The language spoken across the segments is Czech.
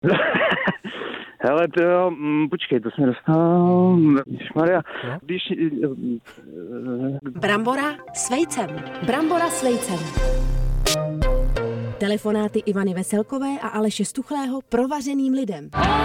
Hele, to počkej, to jsem dostal. Ježišmarja. Když... Brambora s vejcem. Brambora s vejcem. Telefonáty Ivany Veselkové a Aleše Stuchlého provařeným lidem.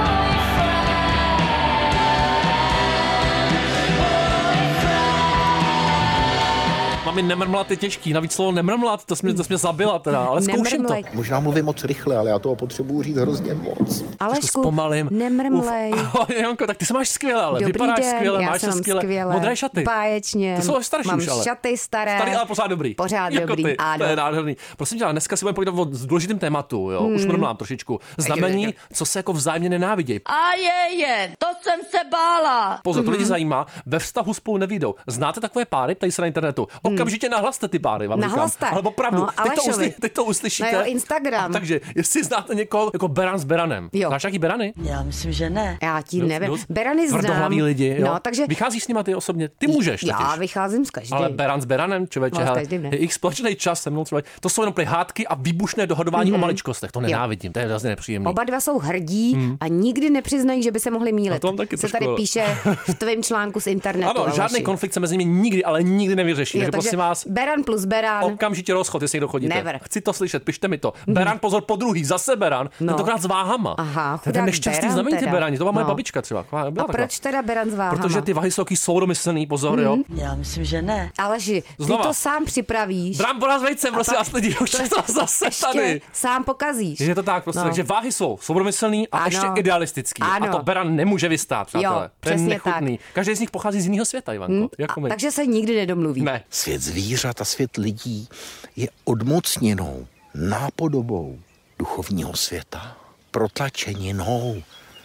Mami, nemrmlat je těžký, navíc slovo nemrmlat, to mě zabila teda, ale zkouším to. Možná mluvím moc rychle, ale já toho potřebuji říct hrozně moc. Alešku, nemrmlej. Janko, tak ty se máš skvěle, ale dobrý vypadáš den, skvěle, já máš se skvěle. Modré šaty. Báječně. To jsou až starší mám už, ale. šaty staré. Starý, ale pořád dobrý. Pořád jako dobrý, ty, ano. To je nádherný. Prosím tě, ale dneska si budeme povídat o důležitém tématu, jo. Už mrmlám trošičku. Znamení, co se jako vzájemně nenávidějí. A to jsem se bála. Pozor, to lidi zajímá, ve vztahu spolu nevídou. Znáte takové páry, tady se na internetu. Okamžitě nahlaste ty páry, vám říkám. Alebo pravdu. No, teď to uslyšíte. No jo, Instagram. Takže, jestli znáte někoho jako Beran s Beranem. Jo. Znáš jaký Berany? Já myslím, že ne. Já ti nevím. Berany znám. Tvrdohlaví lidi, jo. No, takže... Vycházíš s nima ty osobně? Ty můžeš totiž. Já vycházím s každým. Ale Beran s Beranem, člověče, No, je jich společný čas se mnou třeba. To jsou jenom hádky a výbušné dohadování o maličkostech. To nenávidím, to je hrozně nepříjemné. Oba dva jsou hrdí a nikdy nepřiznají, že by se mohli mýlit. To taky se tady píše v tvém článku z internetu. Ano, žádný konflikt se mezi nimi nikdy, ale nikdy nevyřeší. Takže prosím vás, Beran plus Beran. okamžitě rozchod, jestli někdo chodíte. Never. Chci to slyšet, pište mi to. Beran, pozor, po druhý, zase Beran, tentokrát s váhama. Aha, to je nešťastný znamení ty Berani, to má moje babička třeba. A proč teda Beran s váhama? Protože ty vahy jsou taky soudomyslný, pozor, jo. Já myslím, že ne. Aleži, ty to sám připravíš. Brambora s vejcem, prosím vás lidi, už je to zase tady. Sám pokazíš. Je to tak, prostě, takže váhy jsou soudomyslný a ještě idealistický. Ano. A to Beran nemůže vystát, přátelé. Jo, to je přesně nechutný. tak. Každý z nich pochází z jiného světa, Ivanko. Jako my. Takže se nikdy nedomluví. Ne. Svět zvířat a svět lidí je odmocněnou, nápodobou duchovního světa. Protlačeninou.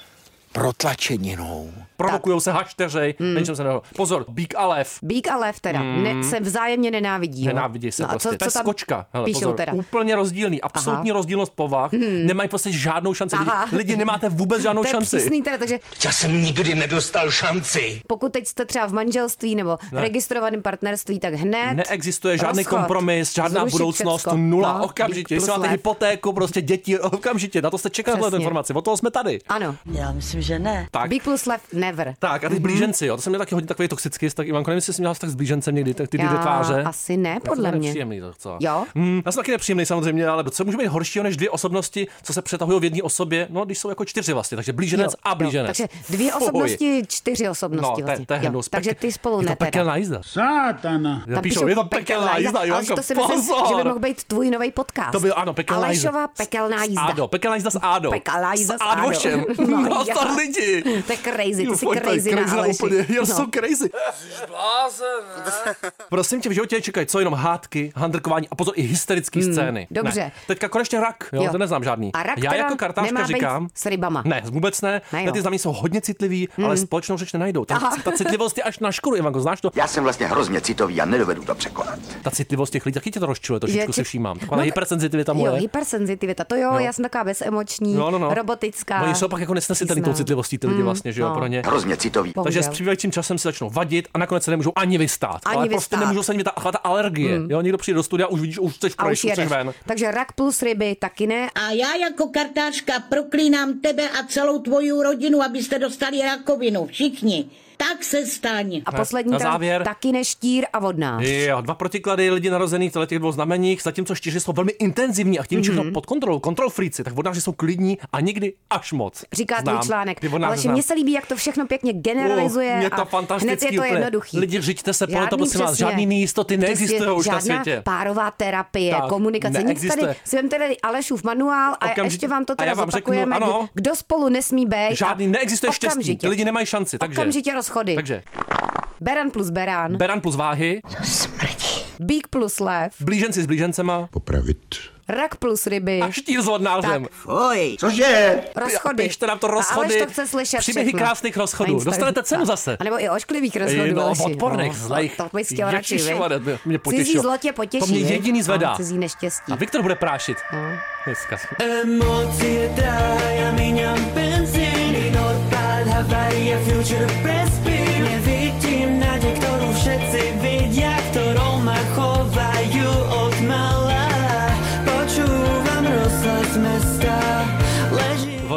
Provokujou se hašteřej, menším se neho. Pozor, bík a lev. Bík a lev teda se vzájemně nenávidí. Nenávidí se prostě. To je skočka. Hele, píšou pozor, teda? úplně rozdílný, absolutní rozdílnost povah. Nemají prostě žádnou šanci. Lidi nemáte vůbec žádnou šanci. To je přísný teda, takže Já jsem nikdy nedostal šanci. pokud teď jste třeba v manželství nebo registrovaném partnerství, tak hned neexistuje žádný rozchod, kompromis, žádná zrušit budoucnost, všecko. nula, No, okamžitě. bík Jestli plus máte lev. hypotéku, prostě děti, okamžitě. Na to jste čekali tuhle informaci. Od toho jsme tady. Ano, Já myslím, že ne. Tak. bík plus lev never. Tak a ty blíženci, jo, to jsem měl taky hodně takový toxický, tak Ivanko, nevím, jestli jsi měl tak s blížencem někdy, tak ty Já tváře. asi ne, podle mě. Nepříjemný to docela. Jo? Já jsem taky nepříjemný samozřejmě, ale co může být horšího než dvě osobnosti, co se přetahují v jedné osobě, no když jsou jako čtyři vlastně, takže blíženec a blíženec. Takže dvě osobnosti, čtyři osobnosti No, vlastně. to je hnus. Takže ty spolu je to ne teda. pekelná jízda. Sátana. Tam Píšou, je to pekelná jízda, ale Ivanko, to si myslím, pozor. že by mohl být tvůj nový podcast. To byl, ano, pekelná jízda. Alešova pekelná jízda. Ádo, pekelná jízda s Ádou. Pekelná jízda s Ádou. Ádou. No, No, to lidi. To je crazy, ty jsi Pojď, crazy na Aleši. úplně, you're No. so crazy. Prosím tě, v životě čekají co jenom hádky, handrkování a pozor i hysterické scény. dobře. Ne. Teďka konečně rak, jo, to neznám žádný. A rak já teda jako kartářka nemá být říkám, s rybama. Ne, vůbec ne. Ne, Ty znamení jsou hodně citliví, ale společnou řeč nenajdou. Ta citlivost je až na škodu, Ivanko, znáš to? Já jsem vlastně hrozně citový a nedovedu to překonat. Ta citlivost těch lidí, taky tě to rozčiluje, trošičku si všímám. Taková No, hypersenzitivita Jo, moje. hypersenzitivita, to jo, já jsem taková bezemoční, robotická. Oni jsou pak jako nesnesitelní tou citlivostí ty lidi vlastně, že jo, pro ně. Hrozně citový. Takže s přibývajícím časem si začnou vadit a nakonec se nemůžou ani vystát. Ale prostě nemůžou se ani ta alergie. Jo, někdo přijde do studia, už vidíš, už chceš projít, už chceš ven. Takže rak plus ryby taky ne. A já jako kartářka proklínám tebe a celou tvoji rodinu, abyste dostali rakovinu. Všichni. Tak se staň. A poslední Na závěr. taky neštír a vodnář. Jo, dva protiklady lidí narozených v těch dvou znameních, zatímco štíři jsou velmi intenzivní a chtějí všechno pod kontrolou, kontrol freaci, tak vodnáři jsou klidní a někdy až moc. Říká tvůj článek. Ale znám. mně se líbí, jak to všechno pěkně generalizuje Mě to a fantasticky hned je to úplně. jednoduchý. Lidi, řiďte se podle toho, prosím vás, žádný nejistoty neexistují už na světě. Žádná párová terapie, Tak, komunikace, nic neexistuje. tady. Si vemte tady Alešův manuál a Okamžitě. ještě vám to A teda já vám zopakujeme, řeknu, ano. kdo spolu nesmí být. Žádný neexistuje štěstí. Ty lidi nemají šanci, takže. Okamžitě rozchody. Takže Beran plus beran. Beran plus váhy. Bík plus lev. Blíženci s blížencema. Popravit. Rak plus ryby. A štír s vodnářem. Fuj. Cože? Rozchody. Pište nám to rozchody. Aleš to chce slyšet Příběhy všechno. krásných Na rozchodů. Instagramu. Dostanete cenu zase. A nebo i ošklivých rozchodů. No, Aleši. odporných, zlejch. To bys chtěl radši, Ježišmarja, viď? mě potěšilo. Cizí zlo tě potěší. To mě viď? jediný zvedá. No, cizí neštěstí. A Viktor bude prášit. Dneska. Emócie trája, míňam benzín, odpad, havária, future prespín. Nevidím nádej, ktorú všetci vidia, ktorou ma chovajú od mala. Počúvam rozhlas mesta, leží...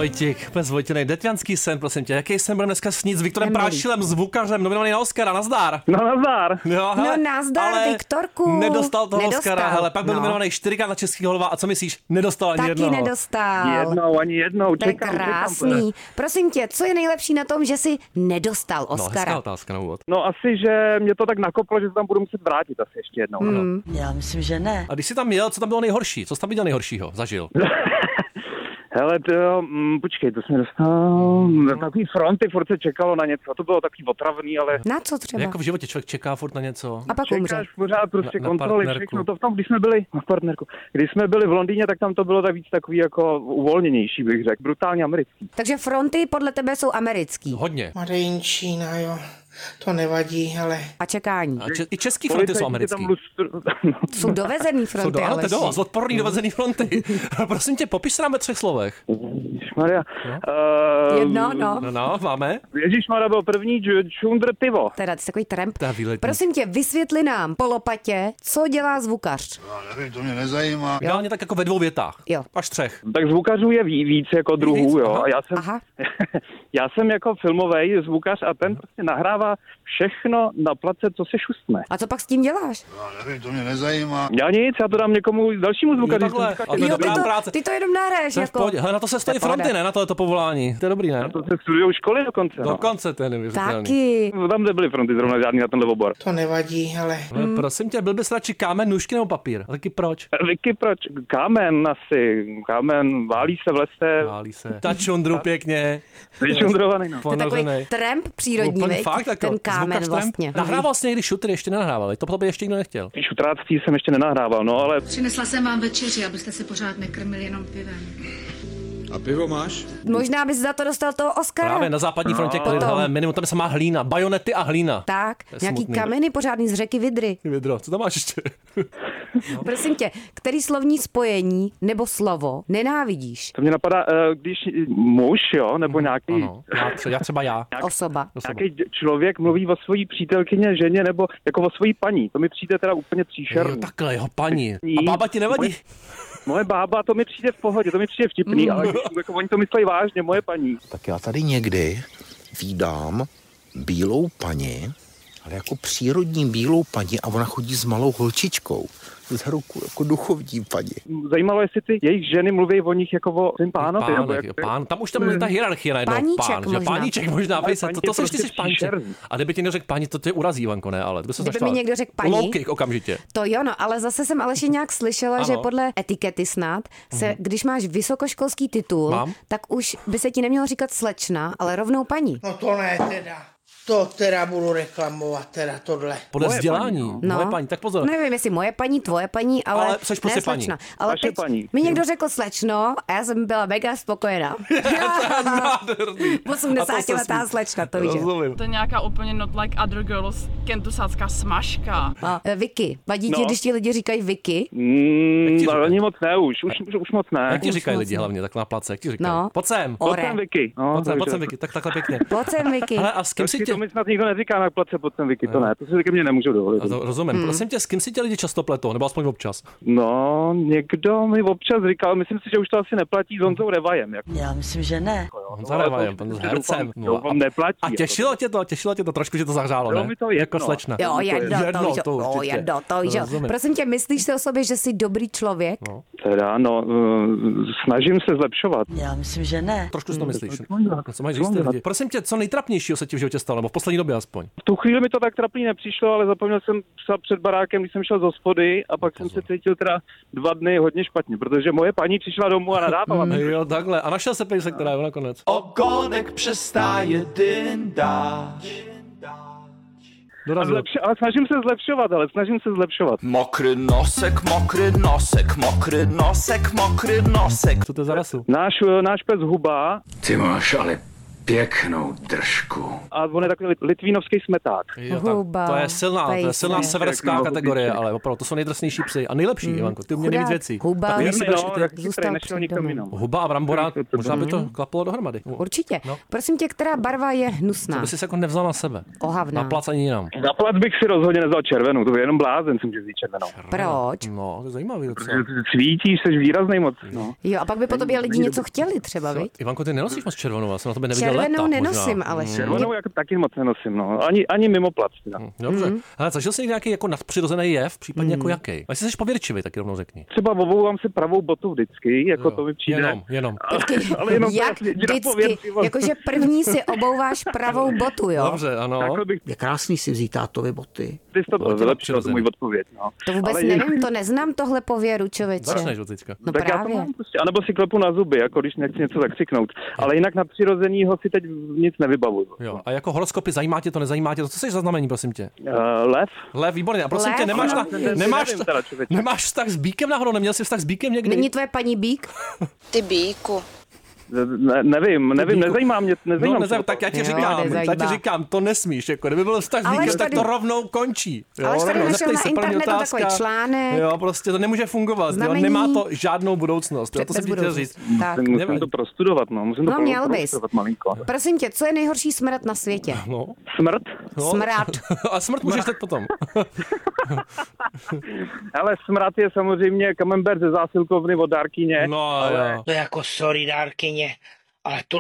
Vojtěch, bez Vojtěnej, Detvianský sen, prosím tě. Jaký sen bude dneska snít s Viktorem Prášilem, zvukařem, nominovaný na Oscara, nazdar. No nazdar. Jo, hele, No nazdar, ale Viktorku. Nedostal toho Oscara, hele, pak byl nominovaný 4krát na Český holova a co myslíš? Nedostal ani Taky jednoho. nedostal. Ani jednou. To je Čekám. krásný. Prosím tě, co je nejlepší na tom, že jsi nedostal No, hezká Oscara? otázka na úvod. No asi, že mě to tak nakoplo, že se tam budu muset vrátit asi ještě jednou. Já myslím, že ne. A když jsi tam jel, co tam bylo nejhorší? Co jsi tam viděl nejhoršího? Zažil? Hele, počkej, to jsem dostal na takový fronty, furt se čekalo na něco, to bylo takový otravný, ale Na co třeba? Jako v životě člověk čeká furt na něco. A pak umře. čekáš pořád prostě Na kontroly, partnerku. všechno, to v tom, když jsme byli na partnerku, když jsme byli v Londýně, tak tam to bylo tak víc takový jako uvolněnější, bych řekl, brutálně americký. Takže fronty podle tebe jsou americký. Hodně. Madejnčína, jo. To nevadí, ale... A čekání. A i český fronty jsou americký. Jsou dovezený fronty, Ano, to je Aleši. odporný dovezený fronty. Prosím tě, popiš se nám ve 3 slovech. Ježišmarja. Jedno, no. No, máme. Ježišmarja byl první, čundr pivo. Teda ty jsi takový tramp. To je výletní. Prosím tě, vysvětli nám po lopatě, co dělá zvukař. Já nevím, to mě nezajímá. Ideálně tak jako ve 2 větách. Jo. Až 3. Tak zvukařů je víc jako druhů, Víc? jo. Aha. A Aha. já jsem jako filmový zvukař a ten prostě nahrává všechno na place, co se šustne. A co pak s tím děláš? Já nevím, to mě nezajímá. Já nic, já to dám někomu dalšímu zvukaři. takhle. A to je Jo, dobrá práce. ty to jenom nahraješ, To je v jako. pohodě. Hele, na to se stojí To je fronty, pohoda. ne? Na tohleto povolání. To je dobrý, ne? To se studujou školy dokonce. No. Dokonce, to je neuvěřitelný. Taky. Tam nebyly fronty zrovna žádný na tenhle obor. To nevadí, ale... Ale prosím tě, byl bys radši kámen, nůžky nebo papír? A taky proč? Vicky, proč? Kámen asi. Kámen, válí se v lese. Válí se. Ta čundru pěkně. Vyčundrovaný, no. To je takový Ponořenej. tramp přírodní, Úplně veď? fakt, jako Ten kámen zvukař tramp. vlastně. Nahrával jsi někdy šutry, ještě nenahrával, to by ještě nikdo nechtěl. Šutráctví jsem ještě nenahrával, no ale Přinesla jsem vám večeři, abyste se pořád nekrmili jenom pivem. A pivo máš? Možná bys za to dostal toho Oscara. Právě na západní frontě klid, Potom. hele, minimum tam se má hlína, bajonety a hlína. Tak, To je nějaký smutný. kameny pořádný z řeky Vidry. Vidro, co tam máš ještě? Prosím tě, který slovní spojení nebo slovo nenávidíš? to mě napadá, když muž, jo, nebo nějaký, Ano, já třeba já. Osoba. nějaký člověk mluví o svojí přítelkyně, ženě, nebo jako o svojí paní. To mi přijde teda úplně Jo, příšerný. takhle, jeho paní. A bába ti nevadí? Moje bába, to mi přijde v pohodě, to mi přijde vtipný, ale když, jako oni to myslí vážně, moje paní. Tak já tady někdy vídám bílou paní, ale jako přírodní bílou paní a ona chodí s malou holčičkou. Za ruku, jako duchovní paní. Zajímalo, jestli ty jejich ženy mluví o nich jako o svým pánovi. nebo Pánek, jak, pán, tam už tam je ta hierarchie najednou. Paníček Pán, že? možná. Páníček možná, Ale fejse, paní to je seš, ty prostě jsi páníček. příšerný. A kdyby ti neřekl paní, to tě urazí, Ivanko, ne, ale. Kdyby mi někdo řekl paní? Louky okamžitě. To jo, no, ale zase jsem Aleši nějak slyšela, Ano. že podle etikety snad se, když máš vysokoškolský titul, Mám. tak už by se ti nemělo říkat slečna, ale rovnou paní. No to ne teda. To teda budu reklamovat, teda tohle. Podle Moje vzdělání. paní, no. Moje paní, tak pozor. Nevím, jestli moje paní, tvoje paní, ale seš prostě ne slečna. paní. Ale Vaše teď paní. mi někdo řekl slečno a já jsem byla mega spokojená. Nádherný. 80letá slečna, to víš. že? Rozumím. To je nějaká úplně not like other girls, kentusácká smažka. A Vicky, vadí ti, No. když ti lidi říkají Vicky? Jak ti říkají? Ani moc ne, už moc ne. Jak ti říkají moc lidi ne. hlavně, tak na place, jak ti říkají? No. Pojď sem. Ore. Pojď sem, Vicky. No, Pojď sem, Vicky, tak takhle pěkně. Pojď sem, Vicky. Hele, a s kým si tě... To mi snad nikdo neříká na place pod sem, Vicky, to ne, to si ke mně nemůžu dovolit. Rozumím. Prosím tě, s kým si tě lidi často pletou, nebo aspoň občas? No, někdo mi občas říkal, myslím si, že už to asi neplatí s Honzou Revajem. Jako. Já myslím, že ne. Honza Revajem, pan s hercem. Doufám, neplatí. A těšilo tě to trošku, že to zahřálo, Jo, ne? mi to jedno. Jako slečna. Jo, jedno, to víš, to jo, určitě. jedno, to víš. jo. Rozumím. Prosím tě, myslíš si o sobě, že jsi dobrý člověk? No. Teda, no, snažím se zlepšovat. Já myslím, že ne. Trošku si to myslíš. Co máš říct ty lidi? Prosím tě, co nejtrapnějšího se ti v životě stalo, nebo v poslední době aspoň? V tu chvíli mi to tak trapný nepřišlo, ale zapomněl jsem psat před barákem, když jsem šel z hospody a pak jsem se cítil teda 2 dny hodně špatně, protože moje paní přišla domů a nadávala. Jo, takhle. A našel se pejsek, která je nakonec. Ogonek přestáje dyndáč. Dorazil. Ale snažím se zlepšovat. Mokrý nosek, mokrý nosek, mokrý nosek, mokrý nosek. Co to je za rasu? Náš pes Huba, Ty máš ale Pěknou držku. A on je takový litvínovský smeták. Jo, to je silná severská kategorie, ale opravdu to jsou nejdrsnější psy a nejlepší, Ivanko, ty umějí víc věcí. Huba, Huba a brambora, možná by to klapalo dohromady. Určitě. Prosím tě, která barva je hnusná? Co by si jako nevzal na sebe? Ohavná. Na plac ani jinam. Na plac bych si rozhodně nevzal červenou, to by jenom blázen si může vzít červenou. Proč? No, to je zajímavý docela. Svítíš, jsi výraznej moc. No. Jo, a pak by po tobě lidi něco chtěli třeba, viď? Ivanko, ty nenosíš moc červenou, já jsem na tebe neviděl leta. Červenou nenosím, ale červenou jako taky moc nenosím, no. Ani mimo plac. Dobře. Ale zažil jsi nějaký jako nadpřirozený jev, případně jako jaký? A jestli jsi pověrčivý, tak rovnou řekni. Třeba obouvám si pravou botu vždycky, jako to mi přijde. Jenom. Ale jenom jak vždycky, jakože první si obouváš pravou botu, jo? Dobře, ano. Je krásný si vzít tátovi boty. Ty jsi to vylepšil, to můj odpověď, no. To vůbec nevím, to neznám tohle pověru, člověče. Začneš od teďka. No tak právě. Já to mám prostě, anebo si klepu na zuby, jako když nechci něco zakřiknout. Ale jinak nadpřirozenýho si teď nic nevybavuju. Jo. A jako horoskopy, zajímá tě to, nezajímá tě to? Co jsi za znamení, prosím tě? Lev. Lev, výborně. A prosím tě, nemáš vztah s býkem náhodou? Neměl jsi vztah s býkem někdy? Není tvoje paní býk? Ty býku. Nevím, nezajímá mě. Tak já ti říkám, to nesmíš, jako kdyby byl vztah s býkem, tak to rovnou končí. Jo, ale tady našel na internetu takový článek. Jo, prostě to nemůže fungovat, jo, nemá to žádnou budoucnost, jo, to jsem ti chtěl říct. Musím to prostudovat, musím to prostudovat malinko. Prosím tě, co je nejhorší smrt na světě? No. Smrt? No. Smrad. A smrt můžeš teď potom. Ale smrad je samozřejmě Camembert ze zásilkovny od dárkyně. No, ale... To je jako sorry dárkyně, ale to...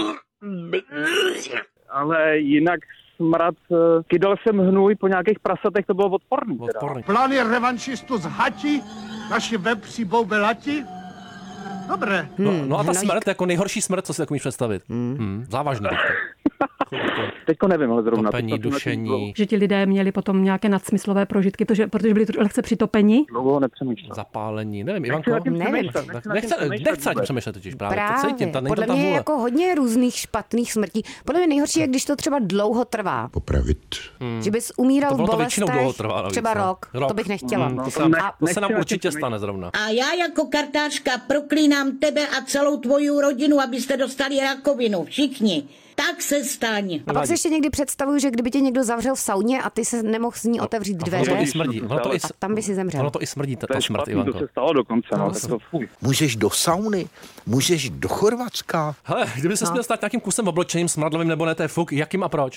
Ale jinak smrad, kydal jsem hnůj po nějakých prasatech, to bylo odporný. Plány revanšistu z hati, naši vepři boubelati. Dobré. No a ta smrt, jako nejhorší smrt, co si tak umíš představit? Závažný teďka. Teďko nevím, ale zrovna. Topení, dušení. Že ti lidé měli potom nějaké nadsmyslové prožitky, protože byli lehce přitopeni? Dlouho nepřemýšlel. Zapálení, nevím, Ivanko. Nechce ani přemýšlet totiž právě. To cítím, podle mě je jako hodně různých špatných smrtí. Podle mě nejhorší je, když to třeba dlouho trvá. Popravit. Že bys umíral v bolestech, trvá, třeba rok. To bych nechtěla. To se nám určitě stane zrovna. A já jako kartářka proklínám tebe a celou tvoji rodinu, abyste dostali rakovinu. Všichni. Tak se staň. A pak si ještě někdy představuju, že kdyby tě někdo zavřel v sauně a ty se nemohl z ní otevřít dveře. Ono to i smrdí. A tam by si zemřel. Ono to i smrdí, ta smrt, Ivanko. To se stalo dokonce. Můžeš do sauny, můžeš do Chorvatska. Hele, kdyby se směl stát nějakým kusem oblečením, smradlovým nebo ne, to je fuk, jakým a proč?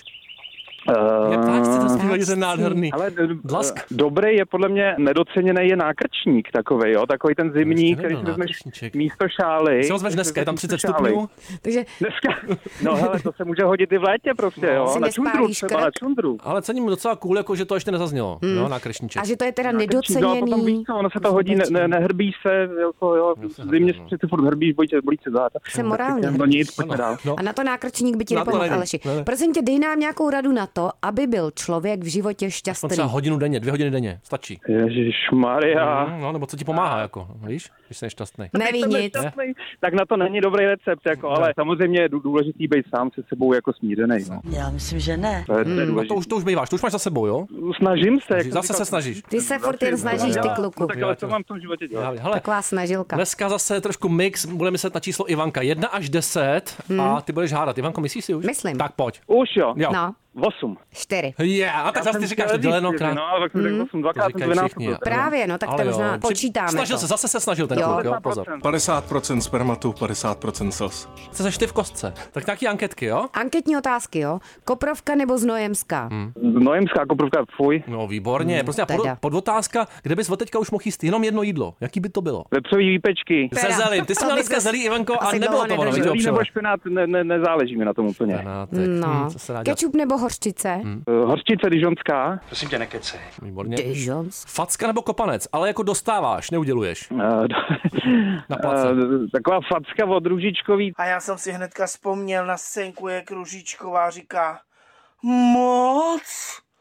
Je nádherný. Ale dobrý je podle mě nedoceněný je nákrčník takovej, jo, takový ten zimní, který si vezmeš místo šály. Si ho vezmeš dneska, je tam 30 stupňů. Takže dneska, no hele, to se může hodit i v létě prostě, jo, na čundru třeba, na čundru. Ale cením docela cool, jako že to ještě nezaznělo, jo, nákrčníček. A že to je teda nedoceněný. No, potom víc, ono se to hodí, nehrbíš se, jako jo, zimně si furt hrbíš, bolí se záda. Jsem morálně. A na to nákrčník by ti nepomohl, Aleši. Prosím tě, dej nám nějakou radu na to, aby byl člověk v životě šťastný. Třeba hodinu denně, 2 hodiny denně, stačí. Ježišmarja. No, nebo co ti pomáhá, jako, víš, když jsi nešťastný. Neví nic. Tak na to není dobrý recept, jako, ale samozřejmě je důležitý být sám se sebou jako smířený. No. Já myslím, že ne. To už býváš, to už máš za sebou, jo? Snažím se. Zase se snažíš. Ty se furt jen snažíš, ty kluku. Tak ale co mám v tom životě dělat? Taková snažilka. Dneska zase trošku mix, budeme myslet na číslo Ivanka. 1 až 10 a ty budeš hádat. Ivanko, myslíš si už? Myslím. Tak pojď. Už jo. No. 8. 4. A tak zase ty říkáš děleno krát. No, ale tak 8, dvakrát jsem 12. Právě, no tak to možná počítáme. Snažil se, zase se snažil ten kluk, jo, pozor. 50% spermatu, 50% slz. Seš ty v kostce. Tak nějaký anketky, jo? Anketní otázky, jo? Koprovka nebo Znojemská? Znojemská, Koprovka, fuj. No výborně, prostě podotázka, kde bys od teďka už mohl jíst jenom jedno jídlo. Jaký by to bylo? Vepřový výpečky. Se zelím. Ty jsi měl dneska zelí, Ivanko, a nebylo to ono. Zelí nebo špenát, nezáleží mi na tom úplně. No. Kečup nebo hořčice? Hořčice dižonská. Prosím tě, nekecej. Výborně. Dižons. Facka nebo kopanec, ale jako dostáváš, neuděluješ. Na place. Taková facka od Růžičkový. A já jsem si hnedka vzpomněl na scénku, jak Růžičková říká: moc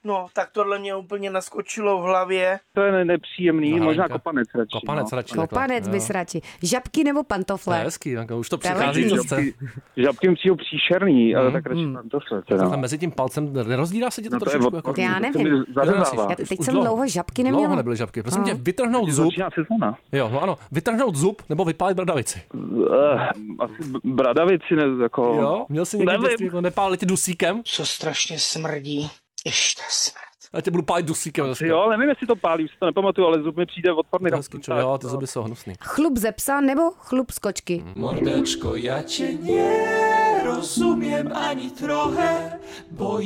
No, tak tohle mě úplně naskočilo v hlavě. To je nepříjemný, možná kopanec radši. Kopanec bys radši. Žabky nebo pantofle? To je hezký, už to přichází. Žabky mi přijou příšerný, ale tak radši pantofle. Tam mezi tím palcem nerozdírá se ti to trošičku? Já nevím. Teď jsem dlouho žabky neměla. Dlouho nebyly žabky. Prosím tě, vytrhnout zub. Jo, no ano, vytrhnout zub nebo vypálit bradavici. Asi bradavici, jako... Jo, měl jsi někdy dětství, nepálili tě dusíkem? Co strašně smrdí. Ještě smrt. Já tě budu pálit dusíkem. Jo, nevím, jestli to pálí, už si to nepamatuju, ale zub mi přijde odporný. Jo, ty zuby jsou hnusný. Chlup ze psa nebo chlup z kočky? Mordečko, já tě nerozumím ani trochę, bo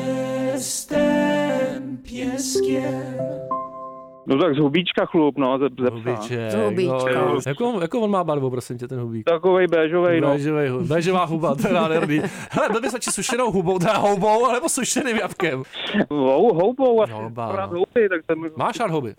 jestem pieskiem. No tak z hubíčka chlup, no, ze psa. Z hubíčka. Jakou on má barvu, prosím tě, ten hubík? Takovej béžovej, no. Béžová huba, to je nádherný. Hele, byl bys radši sušenou hubou, teda houbou, nebo sušeným jabkem? Houbou, houby, tak ten... Máš rád houby?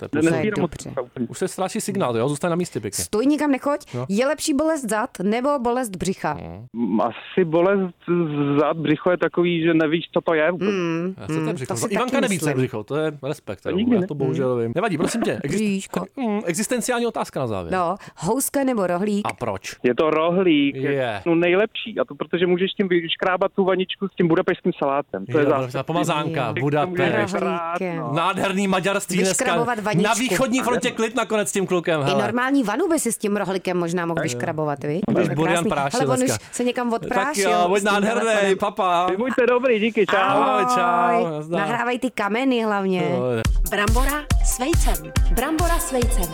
Už se ztrácí signál, jo, zůstaň na místě pěkně. Stůj, nikam nechoď. No. Je lepší bolest zad nebo bolest břicha? Asi bolest zad, břicho je takový, že nevíš, co to je. Co to je břicho? Ivanka neví, co je břicho, to je respekt. Já to bohužel vím. Nevadí, prosím tě. Existenciální otázka na závěr. No, houska nebo rohlík? A proč? Je to rohlík. No nejlepší. A to protože můžeš tím vyškrábat tu vaničku s tím budapešským salátem. To je ta pomazánka. Budapešť. Nádherný maďarství dneska. Na východní frontě klid nakonec s tím klukem. I normální vanu by si s tím rohlíkem možná mohl vyškrabovat, víš? Burian prášil dneska. Ale on už se někam odprášil. Tak jo, buď nádherný, papa. Vy buďte dobrý, díky, čau. Ahoj. Nahrávaj ty kameny hlavně. Brambora s vejcem. Brambora s vejcem.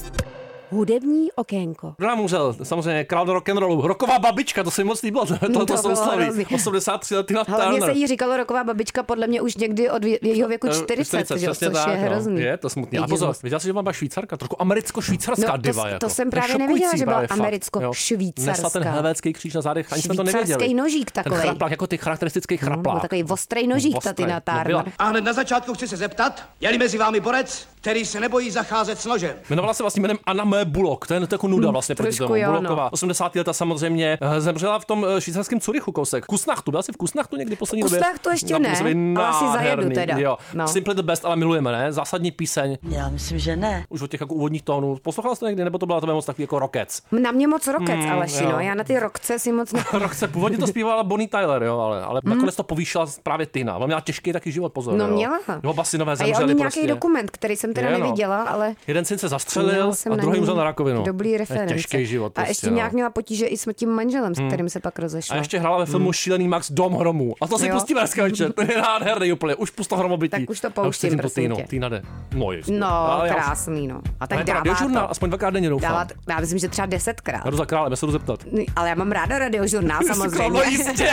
Hudební okénko. Kdo nám umřel? Samozřejmě král rock'n'rollu. Rocková babička, to se mi moc líbilo. To souslaví. 83 lety na Hlavně se jí říkalo rocková babička podle mě už někdy od jejího věku 40, což je hrozný. Je to smutný. A pozor, viděla jsi, že byla Švýcarka? Trochu americko-švýcarská diva. To jsem právě nevěděla, že byla americko-švýcarská. Nesla ten helvécký kříž na zádech, ani jsme to nevěděli. Švýcarský nožík takovej. Ten chraplák, jako ty charakteristický chraplák. Takový ostrý nožík ta Tina Turner. A hned na začátku chci se zeptat, je-li mezi vámi borec, který se nebojí zacházet s nožem? Jmenovala se vlastně jménem Anna Mae Bullock. To je jako nuda vlastně proti tomu. Bullocková. 80. leta samozřejmě zemřela v tom švýcarském Curychu kousek. Kusnachtu, byla jsi v Kusnachtu někdy poslední době? Kusnachtu ještě ne, ale asi zajedu teda. Jo. No. Simply the Best, ale milujeme, ne? Zásadní píseň. Já myslím, že ne. Už od těch jako úvodních tónů. Poslouchala jsi to někdy, nebo to byla to moc takový jako rockec? Na mě moc rockec, Aleši, no. Já na ty rockce si moc ne. Rockce původně to zpívala Bonnie Tyler, jo, ale nakonec to povýšila právě Tina. Ona měla těžký taky život, pozor. No měla. Jo, basinové zemřeli prostě. A nějaký dokument, který jsem teda neviděla, ale jeden syn se zastřelil a druhý umřel na rakovinu. Dobrý reference. Život, a ještě nějak měla potíže i s tím manželem, s kterým se pak rozešla. A ještě hrála ve filmu Šílený Max Dom hromů. A to si pustíme dneska večer. To je nádherný úplně. Už pusto hromobytí. Tak už to pouštím, prosím tě. Týna jde. No, krásný, no. A tak dává radiožurnál, aspoň 2krát denně doufám. Já myslím, že třeba 10krát. Jdu za králem, já se jdu zeptat. Ale já mám ráda radiožurnál, samozřejmě. No jistě!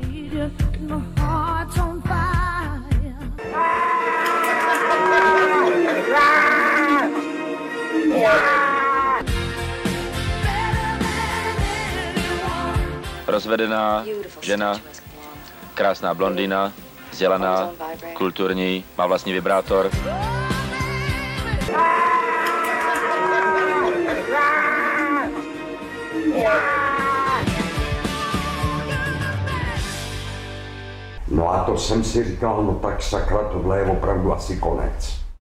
Rozvedená žena, krásná blondýna, vzdělaná, kulturní, má vlastní vibrátor. No a to jsem si říkal, no tak sakra, tohle je opravdu asi konec.